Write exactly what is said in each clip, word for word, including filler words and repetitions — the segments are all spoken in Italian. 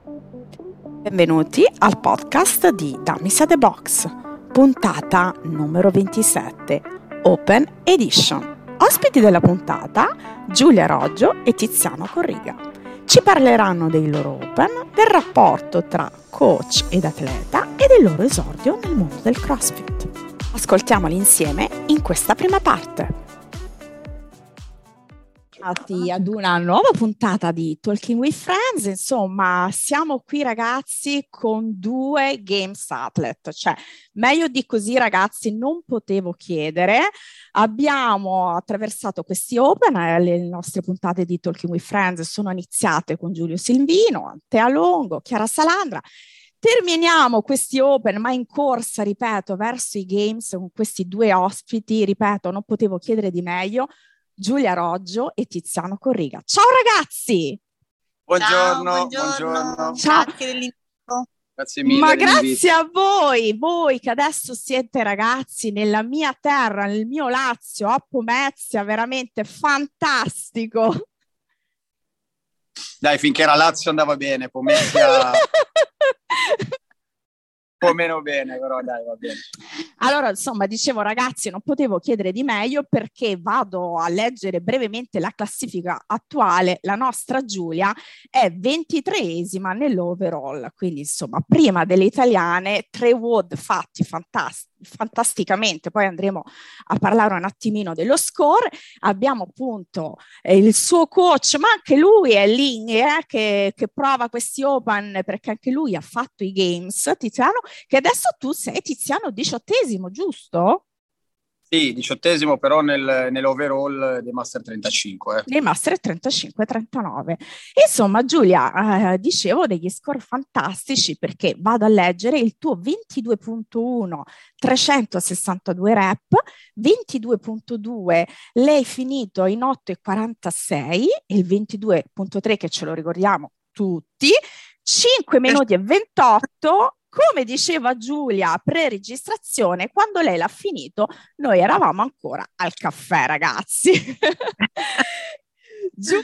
Benvenuti al podcast di Dummies at the Box, puntata numero ventisette, Open Edition. Ospiti della puntata, Giulia Roggio e Tiziano Corriga. Ci parleranno dei loro Open, del rapporto tra coach ed atleta e del loro esordio nel mondo del CrossFit. Ascoltiamoli insieme in questa prima parte. Ad una nuova puntata di Talking with Friends. Insomma, siamo qui ragazzi con due Games Athlete, cioè meglio di così ragazzi non potevo chiedere. Abbiamo attraversato questi Open, eh, le nostre puntate di Talking with Friends sono iniziate con Giulio Silvino, Antea Longo, Chiara Salandra. Terminiamo questi Open, ma in corsa, ripeto, verso i Games con questi due ospiti, ripeto, non potevo chiedere di meglio, Giulia Roggio e Tiziano Corriga. Ciao ragazzi! Buongiorno, Ciao, buongiorno. buongiorno. Ciao. Grazie dell'invito. Grazie mille. Ma grazie a voi, voi che adesso siete ragazzi nella mia terra, nel mio Lazio, a Pomezia, veramente fantastico. Dai, finché la Lazio andava bene, Pomezia... un po' meno bene, però dai, va bene. Allora, insomma, dicevo ragazzi, non potevo chiedere di meglio perché vado a leggere brevemente la classifica attuale. La nostra Giulia è ventitreesima nell'overall, quindi insomma, prima delle italiane, tre W O D fatti fantasti- fantasticamente. Poi andremo a parlare un attimino dello score. Abbiamo appunto eh, il suo coach, ma anche lui è lì eh, che, che prova questi Open perché anche lui ha fatto i Games, Tiziano, che adesso tu sei Tiziano diciottesimo, giusto? Sì, diciottesimo però nel, nell'overall dei Master trentacinque. Eh. Dei Master trentacinque trentanove. Insomma, Giulia, eh, dicevo degli score fantastici perché vado a leggere il tuo ventidue virgola uno, trecentosessantadue rep, ventidue virgola due l'hai finito in otto virgola quarantasei e il ventidue virgola tre che ce lo ricordiamo tutti, cinque minuti e ventotto. Come diceva Giulia pre-registrazione, quando lei l'ha finito, noi eravamo ancora al caffè, ragazzi. Giulia,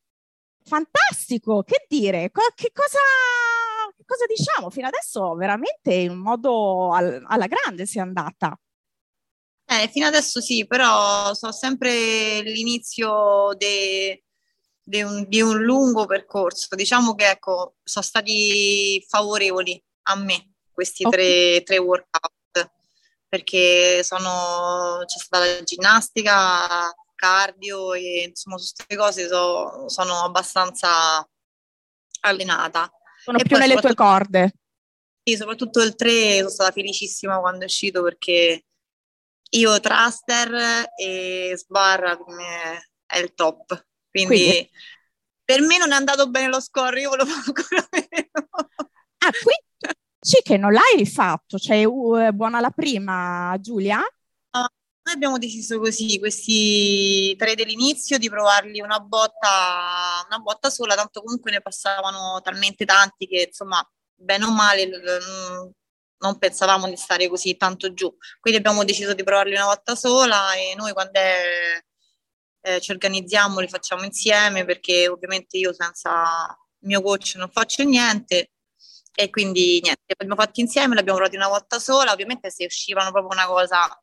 fantastico, che dire? Co- che, cosa, che cosa diciamo? Fino adesso veramente in un modo al- alla grande si è andata. Eh, fino adesso sì, però so sempre l'inizio de, de un, di un lungo percorso. Diciamo che ecco, sono stati favorevoli a me questi okay. tre, tre workout, perché sono, c'è stata la ginnastica, cardio e insomma su queste cose so, sono abbastanza allenata. Sono e più nelle tue corde. Sì, soprattutto il tre sono stata felicissima quando è uscito perché io thruster e sbarra per me è il top. Quindi, Quindi per me non è andato bene lo score, io volevo ancora meno. Ah, quindi sì che non l'hai rifatto, cioè uh, buona la prima, Giulia? No, noi abbiamo deciso così, questi tre dell'inizio, di provarli una botta, una botta sola, tanto comunque ne passavano talmente tanti che insomma, bene o male, l- non pensavamo di stare così tanto giù. Quindi abbiamo deciso di provarli una volta sola e noi quando è, eh, ci organizziamo li facciamo insieme perché ovviamente io senza il mio coach non faccio niente. E quindi niente, li abbiamo fatti insieme, l'abbiamo provati una volta sola, ovviamente se uscivano proprio una cosa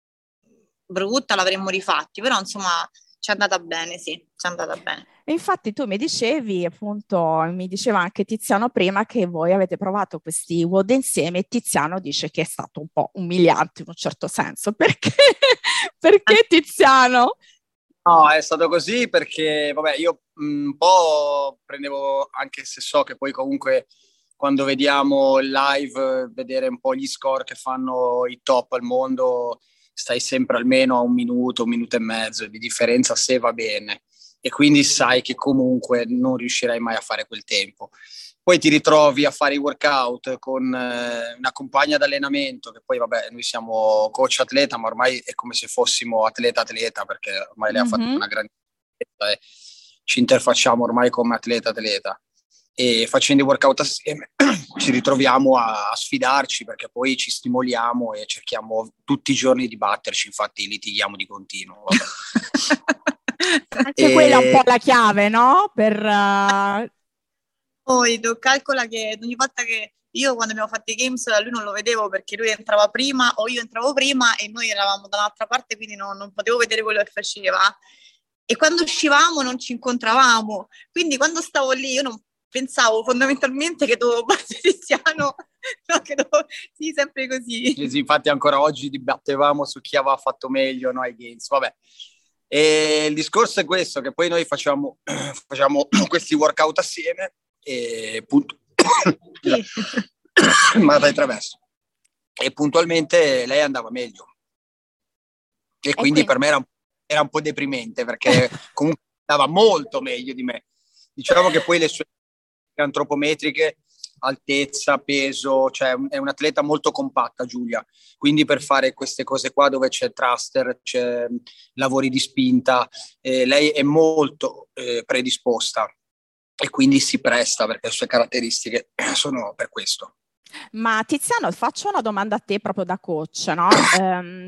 brutta l'avremmo rifatti, però insomma ci è andata bene, sì, ci è andata bene. E infatti tu mi dicevi, appunto, mi diceva anche Tiziano prima che voi avete provato questi W O D insieme e Tiziano dice che è stato un po' umiliante in un certo senso. Perché? Perché Tiziano? No, è stato così perché, vabbè, io un po' prendevo, anche se so che poi comunque quando vediamo il live, vedere un po' gli score che fanno i top al mondo, stai sempre almeno a un minuto, un minuto e mezzo di differenza se va bene. E quindi sai che comunque non riuscirai mai a fare quel tempo. Poi ti ritrovi a fare i workout con eh, una compagna d'allenamento, che poi vabbè, noi siamo coach atleta, ma ormai è come se fossimo atleta-atleta, perché ormai lei mm-hmm. ha fatto una grande e ci interfacciamo ormai come atleta-atleta. E facendo i workout assieme ci ritroviamo a, a sfidarci perché poi ci stimoliamo e cerchiamo tutti i giorni di batterci, infatti litighiamo di continuo. Anche e... quella è un po' la chiave, no? Per uh, solito, calcola che ogni volta che io quando abbiamo fatto i games lui non lo vedevo perché lui entrava prima o io entravo prima e noi eravamo da un'altra parte, quindi non, non potevo vedere quello che faceva. E quando uscivamo non ci incontravamo, quindi quando stavo lì io non pensavo fondamentalmente che dovevo battere Tiziano, no, che dovevo... sì, sempre così. Sì, infatti ancora oggi dibattevamo su chi aveva fatto meglio, no, ai games, vabbè. E il discorso è questo, che poi noi facciamo, facciamo questi workout assieme e punto. Sì. Ma dai traverso. E puntualmente lei andava meglio. E, e quindi, quindi per me era un, era un po' deprimente, perché comunque andava molto meglio di me. Diciamo che poi le sue antropometriche, altezza, peso, cioè è un'atleta molto compatta, Giulia, quindi per fare queste cose qua dove c'è thruster, c'è lavori di spinta, eh, lei è molto eh, predisposta e quindi si presta, perché le sue caratteristiche sono per questo. Ma Tiziano, faccio una domanda a te proprio da coach, no? ehm,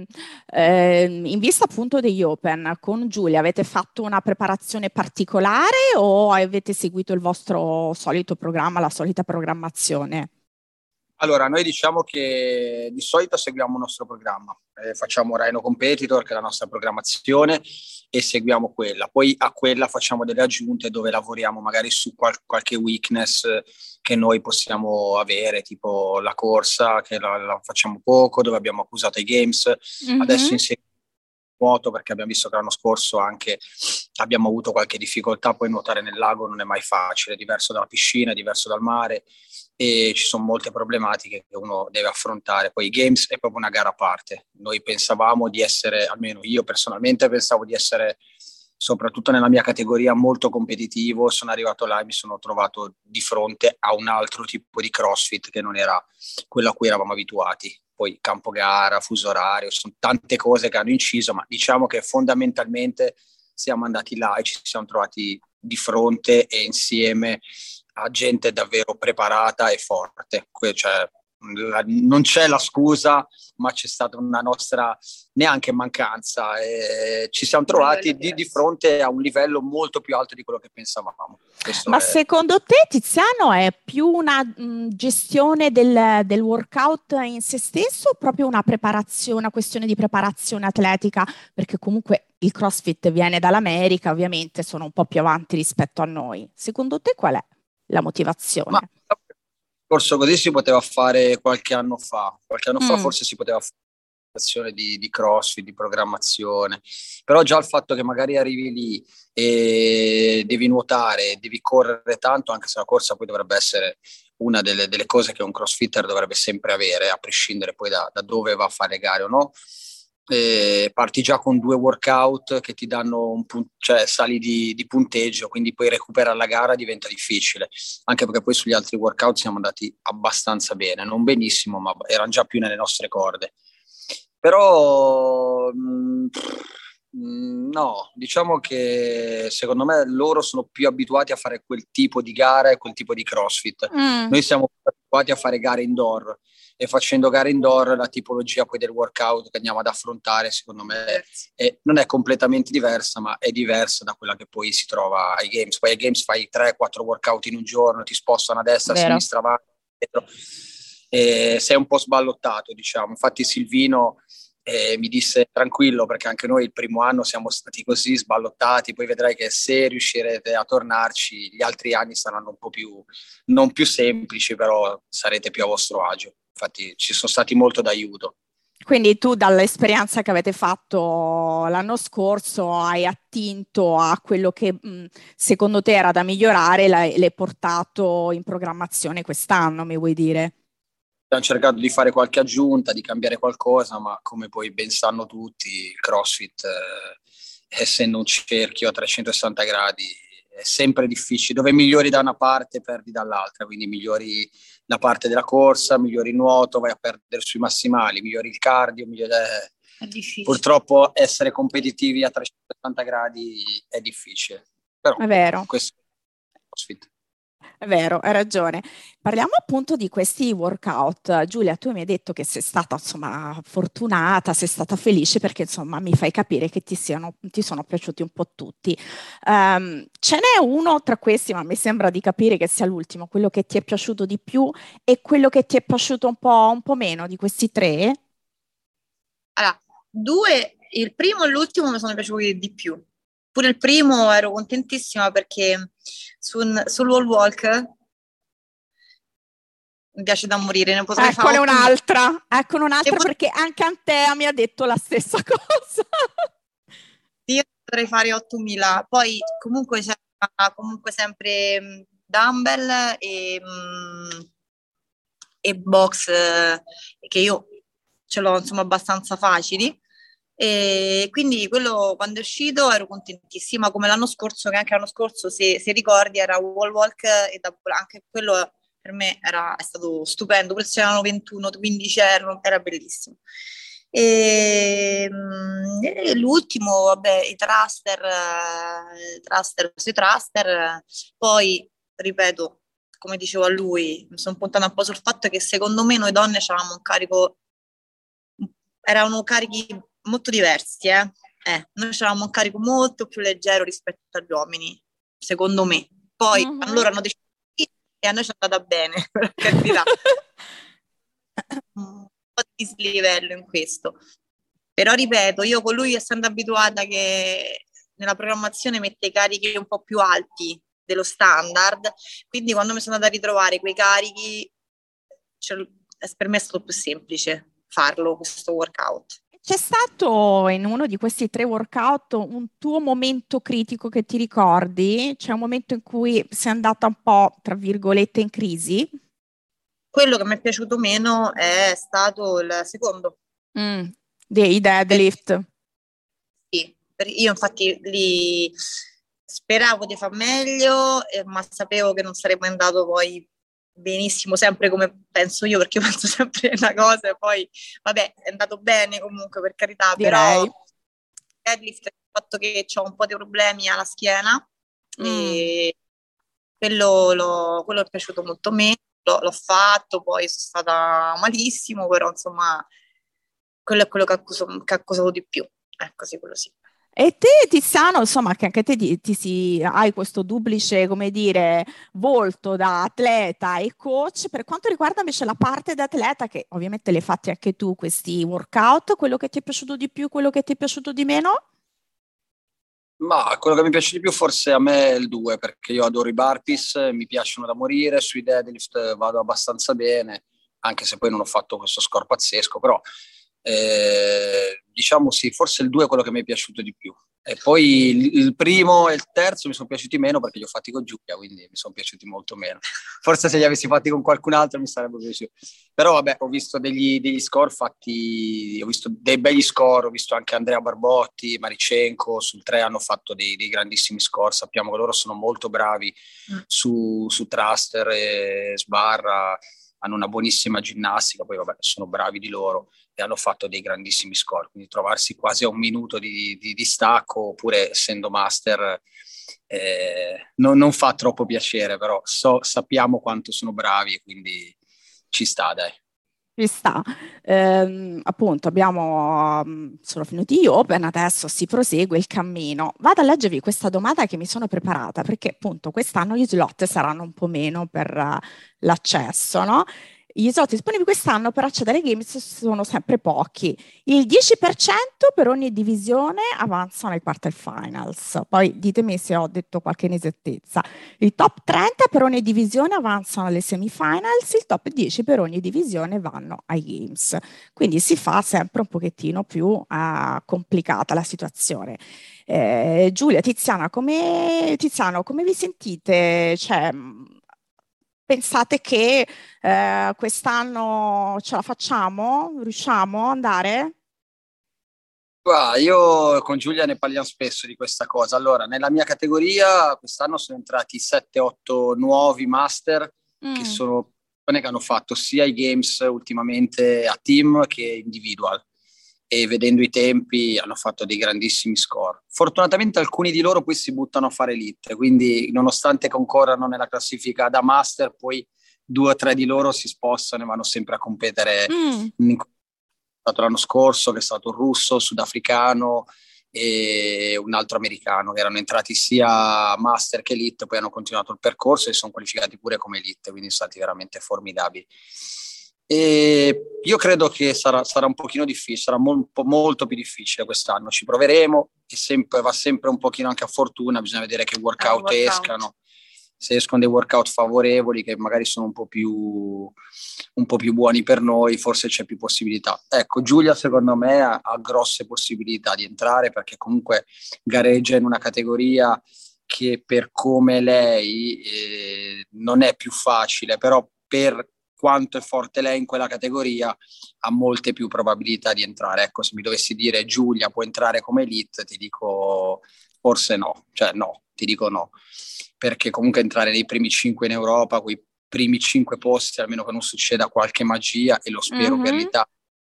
ehm, in vista appunto degli Open, con Giulia avete fatto una preparazione particolare o avete seguito il vostro solito programma, la solita programmazione? Allora, noi diciamo che di solito seguiamo il nostro programma, eh, facciamo Rhino Competitor, che è la nostra programmazione, e seguiamo quella. Poi a quella facciamo delle aggiunte dove lavoriamo magari su qual- qualche weakness che noi possiamo avere, tipo la corsa, che la, la facciamo poco, dove abbiamo accusato i games. Mm-hmm. Adesso insieme nuoto, perché abbiamo visto che l'anno scorso anche abbiamo avuto qualche difficoltà, poi nuotare nel lago non è mai facile, è diverso dalla piscina, è diverso dal mare e ci sono molte problematiche che uno deve affrontare. Poi i games è proprio una gara a parte. Noi pensavamo di essere, almeno io personalmente pensavo di essere, soprattutto nella mia categoria, molto competitivo. Sono arrivato là e mi sono trovato di fronte a un altro tipo di CrossFit che non era quello a cui eravamo abituati. Poi campo gara, fuso orario, sono tante cose che hanno inciso, ma diciamo che fondamentalmente siamo andati là e ci siamo trovati di fronte e insieme a gente davvero preparata e forte. Cioè, la, non c'è la scusa, ma c'è stata una nostra neanche mancanza e ci siamo trovati di, di fronte a un livello molto più alto di quello che pensavamo. Questo ma è... secondo te, Tiziano, è più una mh, gestione del, del workout in se stesso o proprio una preparazione, una questione di preparazione atletica? Perché comunque il CrossFit viene dall'America, ovviamente sono un po' più avanti rispetto a noi. Secondo te qual è la motivazione? Ma un corso così si poteva fare qualche anno fa, qualche anno mm. fa forse si poteva fare Di, di CrossFit, di programmazione, però già il fatto che magari arrivi lì e devi nuotare, devi correre tanto, anche se la corsa poi dovrebbe essere una delle, delle cose che un crossfitter dovrebbe sempre avere, a prescindere poi da, da dove va a fare gare o no. E parti già con due workout che ti danno un punto, cioè sali di, di punteggio, quindi poi recuperare la gara diventa difficile, anche perché poi sugli altri workout siamo andati abbastanza bene, non benissimo, ma erano già più nelle nostre corde. Però mh, no, diciamo che secondo me loro sono più abituati a fare quel tipo di gara e quel tipo di CrossFit. Mm. Noi siamo abituati a fare gare indoor e facendo gare indoor la tipologia poi del workout che andiamo ad affrontare secondo me è, non è completamente diversa, ma è diversa da quella che poi si trova ai games. Poi ai games fai tre quattro workout in un giorno, ti spostano a destra, a sinistra, avanti, dietro. E sei un po' sballottato, diciamo. Infatti Silvino eh, mi disse tranquillo, perché anche noi il primo anno siamo stati così sballottati, poi vedrai che se riuscirete a tornarci gli altri anni saranno un po' più non più semplici, però sarete più a vostro agio. Infatti ci sono stati molto d'aiuto. Quindi tu dall'esperienza che avete fatto l'anno scorso hai attinto a quello che mh, secondo te era da migliorare, l'hai, l'hai portato in programmazione quest'anno, mi vuoi dire? Abbiamo cercato di fare qualche aggiunta, di cambiare qualcosa, ma come poi ben sanno tutti, il CrossFit, eh, essendo un cerchio a trecentosessanta gradi, è sempre difficile. Dove migliori da una parte, perdi dall'altra. Quindi migliori la parte della corsa, migliori il nuoto, vai a perdere sui massimali, migliori il cardio. Migliori... È difficile. Purtroppo essere competitivi a trecentosessanta gradi è difficile. Però è vero. questo è CrossFit. È vero, hai ragione. Parliamo appunto di questi workout. Giulia, tu mi hai detto che sei stata, insomma, fortunata, sei stata felice perché, insomma, mi fai capire che ti siano, ti sono piaciuti un po' tutti. Ehm, ce n'è uno tra questi, ma mi sembra di capire che sia l'ultimo, quello che ti è piaciuto di più e quello che ti è piaciuto un po', un po' meno di questi tre? Allora, due, il primo e l'ultimo mi sono piaciuti di più. Pure il primo ero contentissima perché su, sul wall walk mi piace da morire, ne potrei fare Eccone ottomila. un'altra, eccone Ne un'altra pot- perché anche Antea mi ha detto la stessa cosa. Io potrei fare ottomila. Poi comunque c'è comunque sempre mh, dumbbell e, mh, e box eh, che io ce l'ho insomma abbastanza facili. E quindi quello quando è uscito ero contentissima, come l'anno scorso, che anche l'anno scorso, se, se ricordi, era wall walk e da- anche quello per me era, è stato stupendo, pure se erano ventuno, quindici, erano- era bellissimo. E, mm, e l'ultimo, vabbè, i thruster, eh, thruster, sui thruster, eh, poi, ripeto, come dicevo a lui, mi sono puntata un po' sul fatto che secondo me noi donne avevamo un carico, erano carichi molto diversi, eh? Eh, noi avevamo un carico molto più leggero rispetto agli uomini, secondo me. Poi a Mhm. loro hanno deciso di- e a noi ci è andata bene, per carità. Un po' di dislivello in questo. Però ripeto, io con lui essendo abituata che nella programmazione mette i carichi un po' più alti dello standard, quindi quando mi sono andata a ritrovare quei carichi, cioè, è- per me è stato più semplice farlo, questo workout. C'è stato in uno di questi tre workout un tuo momento critico che ti ricordi? C'è un momento in cui sei andata un po', tra virgolette, in crisi? Quello che mi è piaciuto meno è stato il secondo. Mm, dei Per- deadlift. sì, per- io infatti lì speravo di far meglio, eh, ma sapevo che non sarebbe andato poi benissimo, sempre come penso io, perché io penso sempre una cosa e poi, vabbè, è andato bene comunque, per carità, però Direi. deadlift, il fatto che ho un po' di problemi alla schiena, Mm. e quello, lo- quello è piaciuto molto a me, l'ho, l'ho fatto, poi sono stata malissimo, però insomma, quello è quello che ha accusato, che ha accusato di più. Ecco, sì, quello sì. E te, Tiziano, insomma, che anche te ti, ti si, hai questo duplice, come dire, volto da atleta e coach. Per quanto riguarda invece la parte da atleta, che ovviamente le hai fatti anche tu, questi workout, quello che ti è piaciuto di più, quello che ti è piaciuto di meno? Ma quello che mi piace di più forse a me è il due, perché io adoro i burpees, mi piacciono da morire, sui deadlift vado abbastanza bene, anche se poi non ho fatto questo score pazzesco, però eh, diciamo sì, forse il due è quello che mi è piaciuto di più. E poi il, il primo e il terzo mi sono piaciuti meno perché li ho fatti con Giulia, quindi mi sono piaciuti molto meno. Forse se li avessi fatti con qualcun altro mi sarebbe piaciuto. Però vabbè, ho visto degli, degli score fatti, ho visto dei begli score, ho visto anche Andrea Barbotti, Maricenko, sul tre hanno fatto dei, dei grandissimi score, sappiamo che loro sono molto bravi su, su thruster e sbarra, hanno una buonissima ginnastica, poi vabbè, sono bravi di loro e hanno fatto dei grandissimi score, quindi trovarsi quasi a un minuto di, di, di stacco, oppure essendo master, eh, non, non fa troppo piacere, però so, sappiamo quanto sono bravi e quindi ci sta, dai. Ci sta. Ehm, appunto, abbiamo, mm, sono finiti gli open, adesso si prosegue il cammino. Vado a leggervi questa domanda che mi sono preparata, perché appunto quest'anno gli slot saranno un po' meno per eh, l'accesso, no? Gli slot disponibili quest'anno per accedere ai games sono sempre pochi. Il dieci per cento per ogni divisione avanzano ai quarterfinals. Poi ditemi se ho detto qualche inesattezza. Il top trenta per ogni divisione avanzano alle semifinals, il top dieci per ogni divisione vanno ai games. Quindi si fa sempre un pochettino più uh, complicata la situazione. Eh, Giulia, Tiziana, come, Tiziano, come vi sentite? Cioè, mh, pensate che eh, quest'anno ce la facciamo? Riusciamo ad andare? Guarda, io con Giulia ne parliamo spesso di questa cosa. Allora, nella mia categoria quest'anno sono entrati sette otto nuovi master che Mm, sono persone che hanno fatto sia i games ultimamente a team che individual. e vedendo i tempi hanno fatto dei grandissimi score. Fortunatamente alcuni di loro poi si buttano a fare elite, quindi nonostante concorrano nella classifica da master, poi due o tre di loro si spostano e vanno sempre a competere. Mm. In, stato l'anno scorso, che è stato un russo, sudafricano e un altro americano, che erano entrati sia master che elite, poi hanno continuato il percorso e sono qualificati pure come elite, quindi sono stati veramente formidabili. E io credo che sarà, sarà un pochino difficile, sarà mo- molto più difficile quest'anno, ci proveremo e sempre, va sempre un pochino anche a fortuna, bisogna vedere che workout, workout. escano, se escono dei workout favorevoli che magari sono un po' più un po' più buoni per noi, forse c'è più possibilità. Ecco, Giulia secondo me ha, ha grosse possibilità di entrare, perché comunque gareggia in una categoria che per come lei eh, non è più facile, però per quanto è forte lei in quella categoria ha molte più probabilità di entrare. Ecco, se mi dovessi dire Giulia può entrare come elite, ti dico forse no, cioè no, ti dico no, perché comunque entrare nei primi cinque in Europa, quei primi cinque posti, almeno che non succeda qualche magia, e lo spero Mm-hmm. per l'Italia,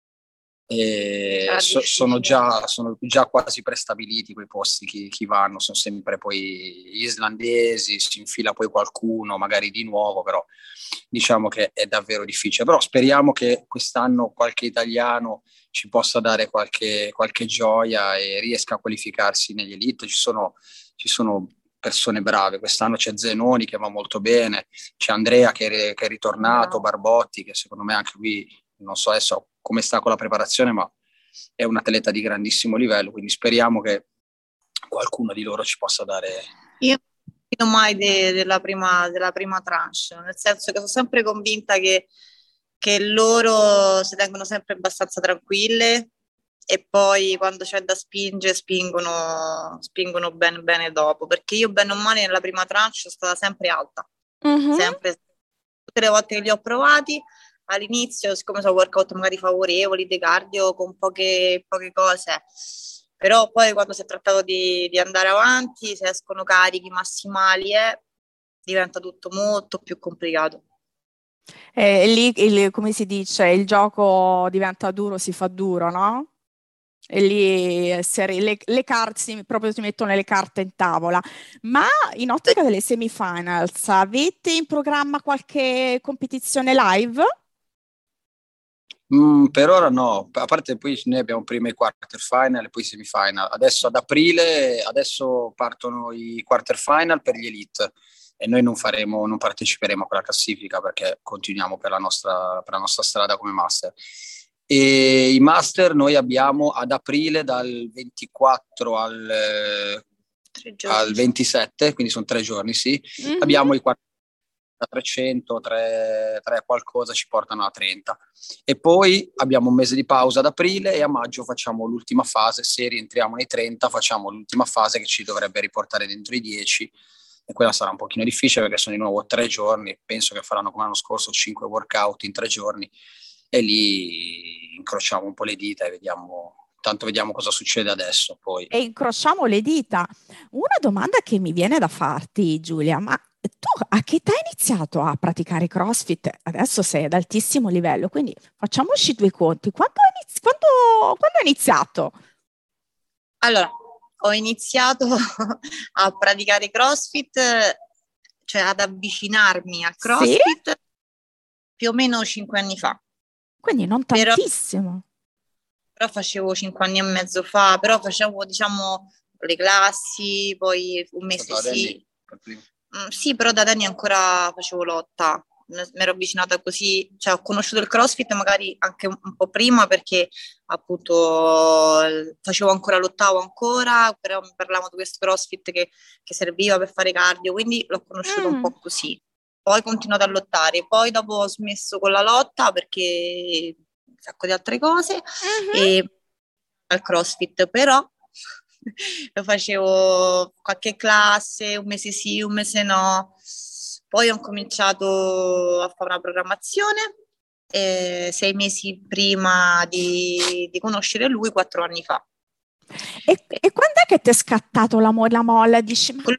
e so, sono, già, sono già quasi prestabiliti quei posti, chi, chi vanno, sono sempre poi islandesi, si infila poi qualcuno magari di nuovo, però diciamo che è davvero difficile. Però speriamo che quest'anno qualche italiano ci possa dare qualche, qualche gioia e riesca a qualificarsi negli elite. Ci sono, ci sono persone brave, quest'anno c'è Zenoni che va molto bene, c'è Andrea che è, che è ritornato, Barbotti che secondo me anche qui, non so adesso come sta con la preparazione, ma è un atleta di grandissimo livello, quindi speriamo che qualcuno di loro ci possa dare. Io non fido mai de, della, prima, della prima tranche, nel senso che sono sempre convinta che, che loro si tengono sempre abbastanza tranquille e poi quando c'è da spingere spingono, spingono bene bene dopo, perché io bene o male nella prima tranche sono stata sempre alta, Mm-hmm. sempre, tutte le volte che li ho provati. All'inizio, siccome sono workout magari favorevoli, di cardio con poche, poche cose, però poi quando si è trattato di, di andare avanti, se escono carichi massimali, eh, diventa tutto molto più complicato. E lì, il- come si dice, il gioco diventa duro, si fa duro, no? E lì eh, si arri- le, le carte, si, proprio si mettono le carte in tavola. Ma in ottica delle semifinals, avete in programma qualche competizione live? Mm, per ora no, a parte poi noi abbiamo prima i quarter final e poi i semifinal. Adesso ad aprile, adesso partono i quarter final per gli elite e noi non faremo, non parteciperemo a quella classifica perché continuiamo per la nostra, per la nostra strada come master. E i master noi abbiamo ad aprile dal ventiquattro al, al ventisette, quindi sono tre giorni, sì. Mm-hmm. Abbiamo i quarter da trecento, tre, tre qualcosa ci portano a trenta e poi abbiamo un mese di pausa ad aprile e a maggio facciamo l'ultima fase, se rientriamo nei trenta facciamo l'ultima fase che ci dovrebbe riportare dentro i dieci e quella sarà un pochino difficile perché sono di nuovo tre giorni, penso che faranno come l'anno scorso cinque workout in tre giorni e lì incrociamo un po' le dita e vediamo, tanto vediamo cosa succede adesso poi. E incrociamo le dita. Una domanda che mi viene da farti, Giulia, ma tu a che età hai iniziato a praticare CrossFit? Adesso sei ad altissimo livello, quindi facciamoci due conti. Quando hai inizi- quando- quando hai iniziato? Allora, ho iniziato a praticare CrossFit, cioè ad avvicinarmi al CrossFit sì? più o meno cinque anni fa. Quindi non tantissimo. Però, però facevo cinque anni e mezzo fa, però facevo, diciamo, le classi, poi un mese sì. Mm, sì, però da anni ancora facevo lotta, mi ero avvicinata così, cioè ho conosciuto il CrossFit magari anche un, un po' prima perché appunto facevo ancora, lottavo ancora, però mi parlavano di questo CrossFit che, che serviva per fare cardio, quindi l'ho conosciuto mm. un po' così. Poi ho continuato a lottare, poi dopo ho smesso con la lotta perché un sacco di altre cose mm-hmm. e al CrossFit, però lo facevo qualche classe, un mese sì, un mese no. Poi ho cominciato a fare una programmazione eh, sei mesi prima di, di conoscere lui, quattro anni fa. E, e quando è che ti è scattato la, mo- la molla? Dici, ma...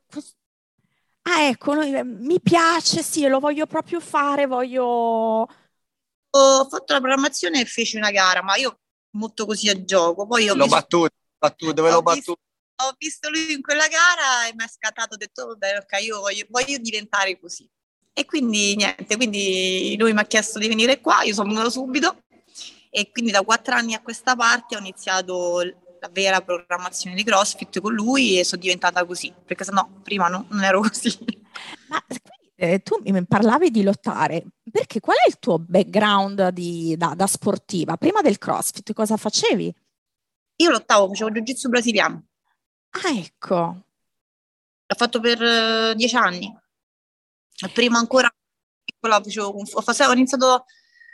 ah ecco, mi piace, sì, lo voglio proprio fare, voglio... Ho fatto la programmazione e feci una gara, ma io molto così a gioco. Poi ho L'ho visto, battuto, battuto, dove ho l'ho visto, battuto? ho visto lui in quella gara e mi ha scattato, ho detto vabbè, ok, io voglio, voglio diventare così. E quindi niente, quindi lui mi ha chiesto di venire qua, io sono venuta subito e quindi da quattro anni a questa parte ho iniziato la vera programmazione di CrossFit con lui e sono diventata così, perché sennò prima no, non ero così. Ma quindi, eh, tu mi parlavi di lottare, perché qual è il tuo background di- da, da sportiva? Prima del CrossFit cosa facevi? Io lottavo, facevo jiu-jitsu brasiliano, Ah, ecco. l'ho fatto per eh, dieci anni. E prima ancora piccola facevo Kung Fu. Ho facevo- ho iniziato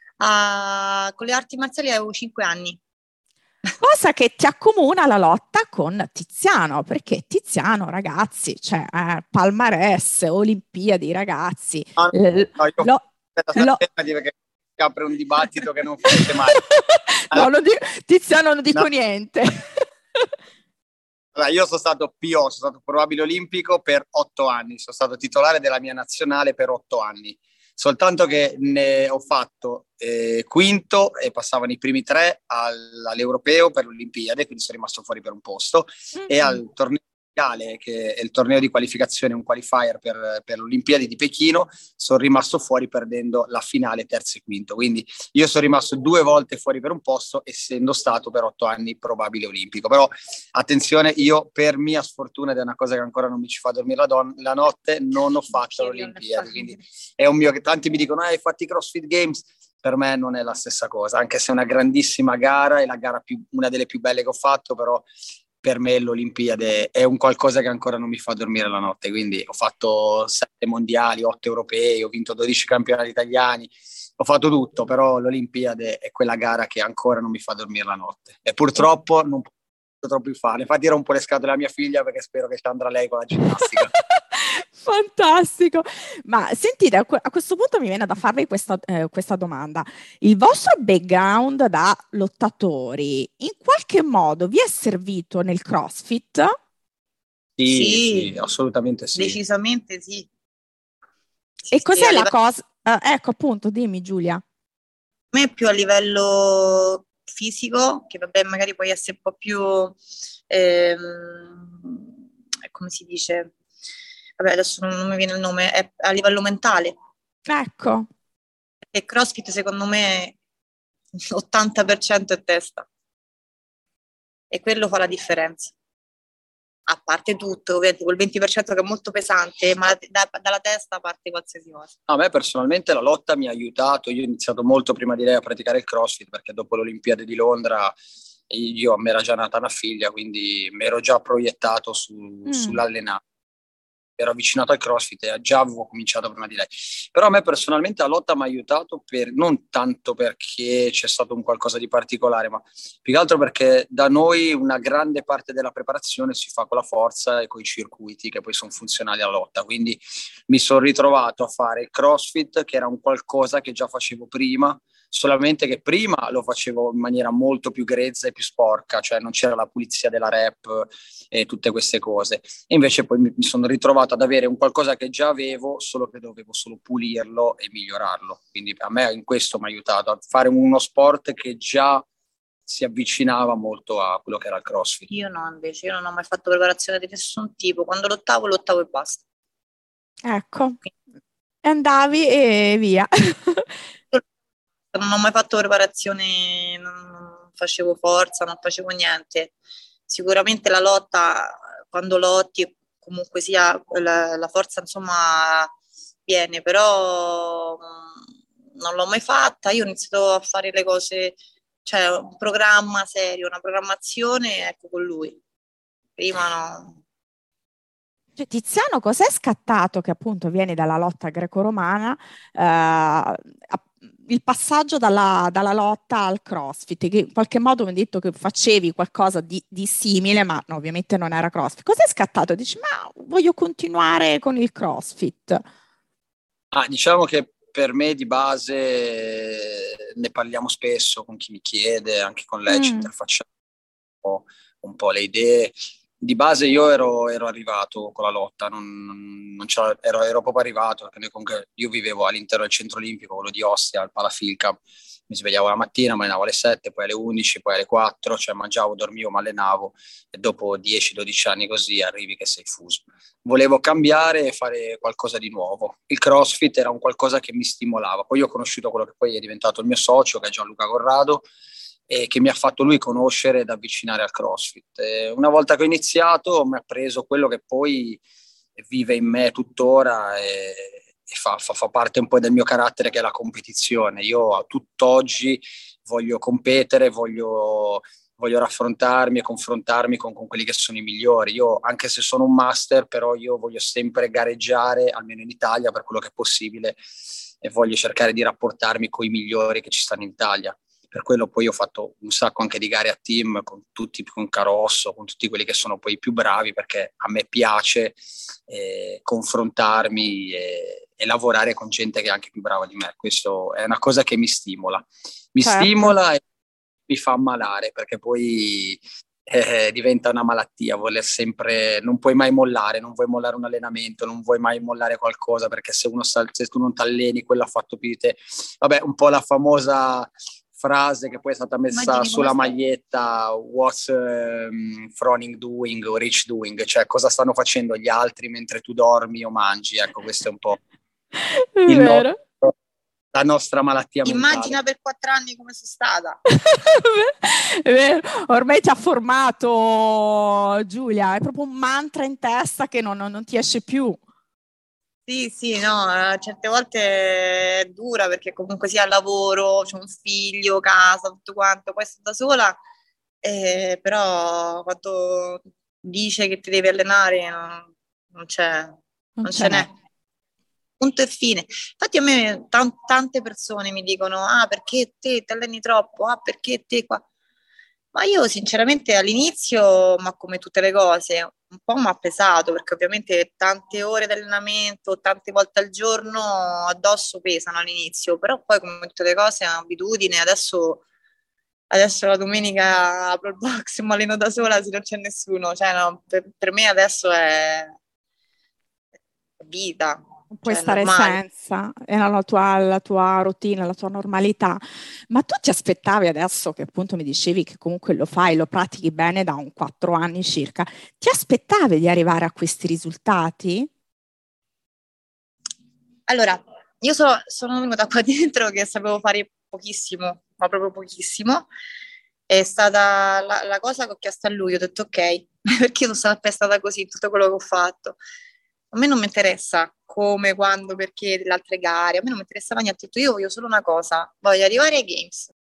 a- con le arti marziali avevo cinque anni. Cosa che ti accomuna la lotta con Tiziano, perché Tiziano, ragazzi, cioè eh, palmarès, Olimpiadi, ragazzi, No, no, l- no, io lo, aspetta, lo- aspetta, perché si apre un dibattito che non finisce mai. No, Allora, non dico- Tiziano non dico no, niente. allora, io sono stato P O, sono stato probabile olimpico per otto anni, sono stato titolare della mia nazionale per otto anni, soltanto che ne ho fatto eh, quinto e passavano i primi tre al- all'europeo per l'Olimpiade, quindi sono rimasto fuori per un posto, e Mhm. al torneo mondiale, che è il torneo di qualificazione, un qualifier per, per l'Olimpiade di Pechino, sono rimasto fuori perdendo la finale terzo e quinto, quindi io sono rimasto due volte fuori per un posto, essendo stato per otto anni probabile olimpico. Però attenzione, io per mia sfortuna, ed è una cosa che ancora non mi ci fa dormire la, don- la notte, non ho fatto l'Olimpiade, quindi è un mio che tanti mi dicono eh, hai fatto i CrossFit Games, per me non è la stessa cosa, anche se è una grandissima gara, è la gara più, una delle più belle che ho fatto, però per me l'Olimpiade è un qualcosa che ancora non mi fa dormire la notte, quindi ho fatto sette mondiali, otto europei, ho vinto dodici campionati italiani, ho fatto tutto, però l'Olimpiade è quella gara che ancora non mi fa dormire la notte e purtroppo non posso troppo più fare. Infatti rompo le scatole alla mia figlia perché spero che ci andrà lei con la ginnastica. Fantastico. Ma sentite, a, que- a questo punto mi viene da farvi questa, eh, questa domanda. Il vostro background da lottatori in qualche modo vi è servito nel CrossFit? Sì, Sì, sì, assolutamente sì. decisamente sì. Sì, E sì, cos'è a la livello, cosa? eh, ecco, appunto, dimmi Giulia. a me più a livello fisico, che vabbè magari può essere un po' più, ehm, come si dice? Vabbè, adesso non, non mi viene il nome, è a livello mentale. Ecco. E CrossFit secondo me ottanta per cento è testa e quello fa la differenza. A parte tutto, ovviamente quel venti per cento che è molto pesante, ma da- dalla testa parte qualsiasi cosa. A me personalmente la lotta mi ha aiutato, io ho iniziato molto prima di lei a praticare il CrossFit perché dopo l'Olimpiade di Londra io mi era già nata una figlia, quindi mi ero già proiettato su, Mm. sull'allenare, ero avvicinato al CrossFit e già avevo cominciato prima di lei. Però a me personalmente la lotta mi ha aiutato per, non tanto perché c'è stato un qualcosa di particolare, ma più che altro perché da noi una grande parte della preparazione si fa con la forza e con i circuiti che poi sono funzionali alla lotta, quindi mi sono ritrovato a fare il CrossFit, che era un qualcosa che già facevo prima, solamente che prima lo facevo in maniera molto più grezza e più sporca, cioè non c'era la pulizia della rep e tutte queste cose. E invece poi mi, mi sono ritrovato ad avere un qualcosa che già avevo, solo che dovevo solo pulirlo e migliorarlo. Quindi a me in questo mi ha aiutato a fare uno sport che già si avvicinava molto a quello che era il CrossFit. Io no, invece, io non ho mai fatto preparazione di nessun tipo. Quando lottavo, lottavo e basta. Ecco. E andavi e via. Non ho mai fatto preparazione, non facevo forza, non facevo niente. Sicuramente la lotta, quando lotti, comunque sia, la, la forza insomma viene, però mh, non l'ho mai fatta. Io ho iniziato a fare le cose, cioè un programma serio, una programmazione, ecco con lui. Prima no. Cioè, Tiziano, cos'è scattato che appunto viene dalla lotta greco-romana, eh, a- il passaggio dalla, dalla lotta al CrossFit, che in qualche modo mi hai detto che facevi qualcosa di, di simile, ma no, ovviamente non era CrossFit. Cos'è scattato? Dici, ma voglio continuare con il CrossFit. Ah, diciamo che per me di base ne parliamo spesso con chi mi chiede, anche con lei ci Mm, interfacciamo un po', un po' le idee. Di base io ero, ero arrivato con la lotta, non, non, non c'era- ero, ero proprio arrivato, perché noi comunque io vivevo all'interno del centro olimpico, quello di Ostia, al Palafilca, mi svegliavo la mattina, mi allenavo alle sette, poi alle undici, poi alle quattro, cioè mangiavo, dormivo, mi allenavo e dopo dieci dodici anni così arrivi che sei fuso. Volevo cambiare e fare qualcosa di nuovo. Il CrossFit era un qualcosa che mi stimolava. Poi io ho conosciuto quello che poi è diventato il mio socio, che è Gianluca Corrado, e che mi ha fatto lui conoscere ed avvicinare al CrossFit. E una volta che ho iniziato mi ha preso quello che poi vive in me tuttora e, e fa, fa, fa parte un po' del mio carattere, che è la competizione. Io a tutt'oggi voglio competere, voglio, voglio raffrontarmi e confrontarmi con, con quelli che sono i migliori. Io, anche se sono un master, però io voglio sempre gareggiare, almeno in Italia, per quello che è possibile, e voglio cercare di rapportarmi con i migliori che ci stanno in Italia. Per quello poi ho fatto un sacco anche di gare a team con tutti, con Carosso, con tutti quelli che sono poi i più bravi, perché a me piace eh, confrontarmi e, e lavorare con gente che è anche più brava di me. Questo è una cosa che mi stimola. Mi Certo. stimola e mi fa ammalare, perché poi eh, diventa una malattia, voler sempre, non puoi mai mollare, non vuoi mollare un allenamento, non vuoi mai mollare qualcosa, perché se uno sta, se tu non ti alleni, quello ha fatto più di te. Vabbè, un po' la famosa frase che poi è stata messa Immagini sulla come stai. maglietta, what's um, Froning doing o Rich doing, cioè cosa stanno facendo gli altri mentre tu dormi o mangi. Ecco, questo è un po' È il vero. nostro, la nostra malattia Immagina mentale. per quattro anni come sono stata. È vero. Ormai ti ha formato, Giulia, è proprio un mantra in testa che non, non- non ti esce più. Sì, sì, no, eh, certe volte è dura perché comunque sia lavoro, c'è un figlio, casa, tutto quanto, poi sto da sola, eh, però quando dice che ti devi allenare non, non c'è, Non non ce ce n'è. n'è. Punto e fine. Infatti a me tan- tante persone mi dicono, ah, perché te ti alleni troppo? Ah, perché te qua? Ma io sinceramente all'inizio, ma come tutte le cose, un po' mi ha pesato perché ovviamente tante ore di allenamento, tante volte al giorno addosso pesano all'inizio, però poi come tutte le cose è un'abitudine, adesso, adesso la domenica apro il box e mi alleno da sola se non c'è nessuno, cioè no, per, per me adesso è è vita, Non puoi cioè è stare normale. senza, era la tua, la tua routine, la tua normalità. Ma tu ti aspettavi adesso che appunto mi dicevi che comunque lo fai, lo pratichi bene da un quattro anni circa, ti aspettavi di arrivare a questi risultati? Allora, io so- sono venuta qua dentro che sapevo fare pochissimo, ma proprio pochissimo. È stata la, la cosa che ho chiesto a lui, ho detto ok, perché io sono sempre stata così, in tutto quello che ho fatto. A me non mi interessa come, quando, perché, delle altre gare, a me non mi interessava niente, ho detto io voglio solo una cosa, voglio arrivare ai Games,